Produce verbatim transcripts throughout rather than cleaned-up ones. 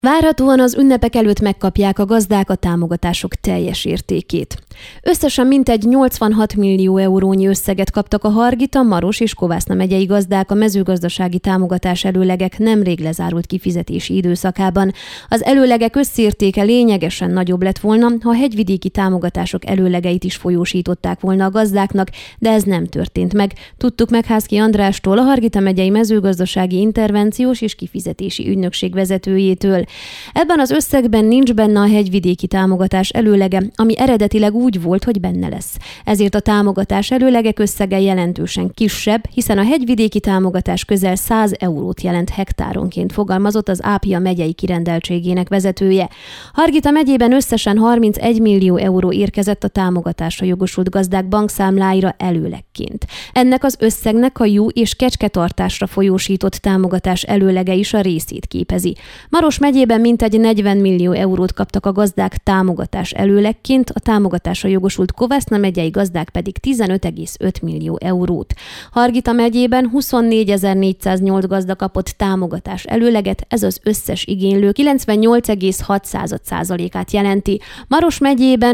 Várhatóan az ünnepek előtt megkapják a gazdák a támogatások teljes értékét. Összesen mintegy nyolcvanhat millió eurónyi összeget kaptak a Hargita, Maros és Kovászna megyei gazdák a mezőgazdasági támogatás előlegek nemrég lezárult kifizetési időszakában. Az előlegek összértéke lényegesen nagyobb lett volna, ha a hegyvidéki támogatások előlegeit is folyósították volna a gazdáknak, de ez nem történt meg. Tudtuk meg Hászky Andrástól, a Hargita megyei mezőgazdasági intervenciós és kifizetési ügynökség vezetőjétől. Ebben az összegben nincs benne a hegyvidéki támogatás előlege, ami eredetileg úgy volt, hogy benne lesz. Ezért a támogatás előlegek összege jelentősen kisebb, hiszen a hegyvidéki támogatás közel száz eurót jelent hektáronként, fogalmazott az Ápia megyei kirendeltségének vezetője. Hargita megyében összesen harmincegy millió euró érkezett a támogatásra jogosult gazdák bankszámláira előlegként. Ennek az összegnek a juh és kecsketartásra folyósított támogatás előlege is a részét képezi. Maros megyében mintegy negyven millió eurót kaptak a gazdák támogatás előlegként, a támogatásra jogosult Kovászna megyei gazdák pedig tizenöt egész öt millió eurót. Hargita megyében huszonnégyezer-négyszáznyolc gazda kapott támogatás előleget, ez az összes igénylő kilencvennyolc egész hat százalékát jelenti. Maros megyében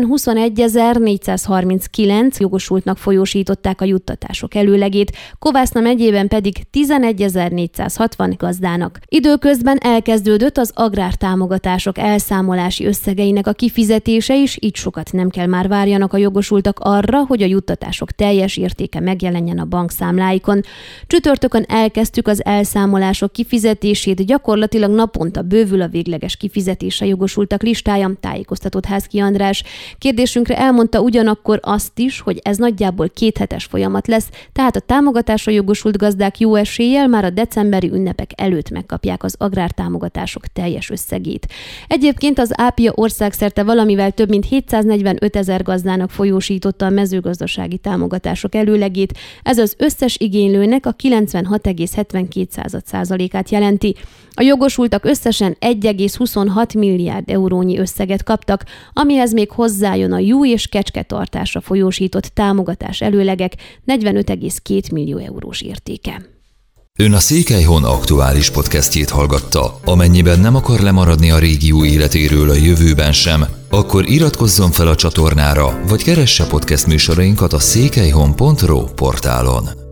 huszonegyezer-négyszázharminckilenc jogosultnak folyósították a juttatások előlegét, Kovászna megyében pedig tizenegyezer-négyszázhatvan gazdának. Időközben elkezdődött az agrártámogatások elszámolási összegeinek a kifizetése is, így sokat nem kell már várjanak a jogosultak arra, hogy a juttatások teljes értéke megjelenjen a bankszámláikon. Csütörtökön elkezdtük az elszámolások kifizetését, gyakorlatilag naponta bővül a végleges kifizetésre jogosultak listája, tájékoztatott Hászky András. Kérdésünkre elmondta ugyanakkor azt is, hogy ez nagyjából kéthetes folyamat lesz, tehát a támogatásra jogosult gazdák jó eséllyel már a decemberi ünnepek előtt megkapják az agrártámogatások teljes összegét. Egyébként az Ápia országszerte valamivel több mint hétszáznegyvenöt ezer gazdának folyósította a mezőgazdasági támogatások előlegét, ez az összes igénylőnek a kilencvenhat egész hetvenkét százalékát jelenti. A jogosultak összesen egy egész huszonhat milliárd eurónyi összeget kaptak, amihez még hozzájön a juh és kecsketartásra folyósított támogatás előlegek negyvenöt egész két millió eurós értéke. Ön a Székelyhon aktuális podcastjét hallgatta. Amennyiben nem akar lemaradni a régió életéről a jövőben sem, akkor iratkozzon fel a csatornára, vagy keresse podcast műsorainkat a székelyhon pont ro portálon.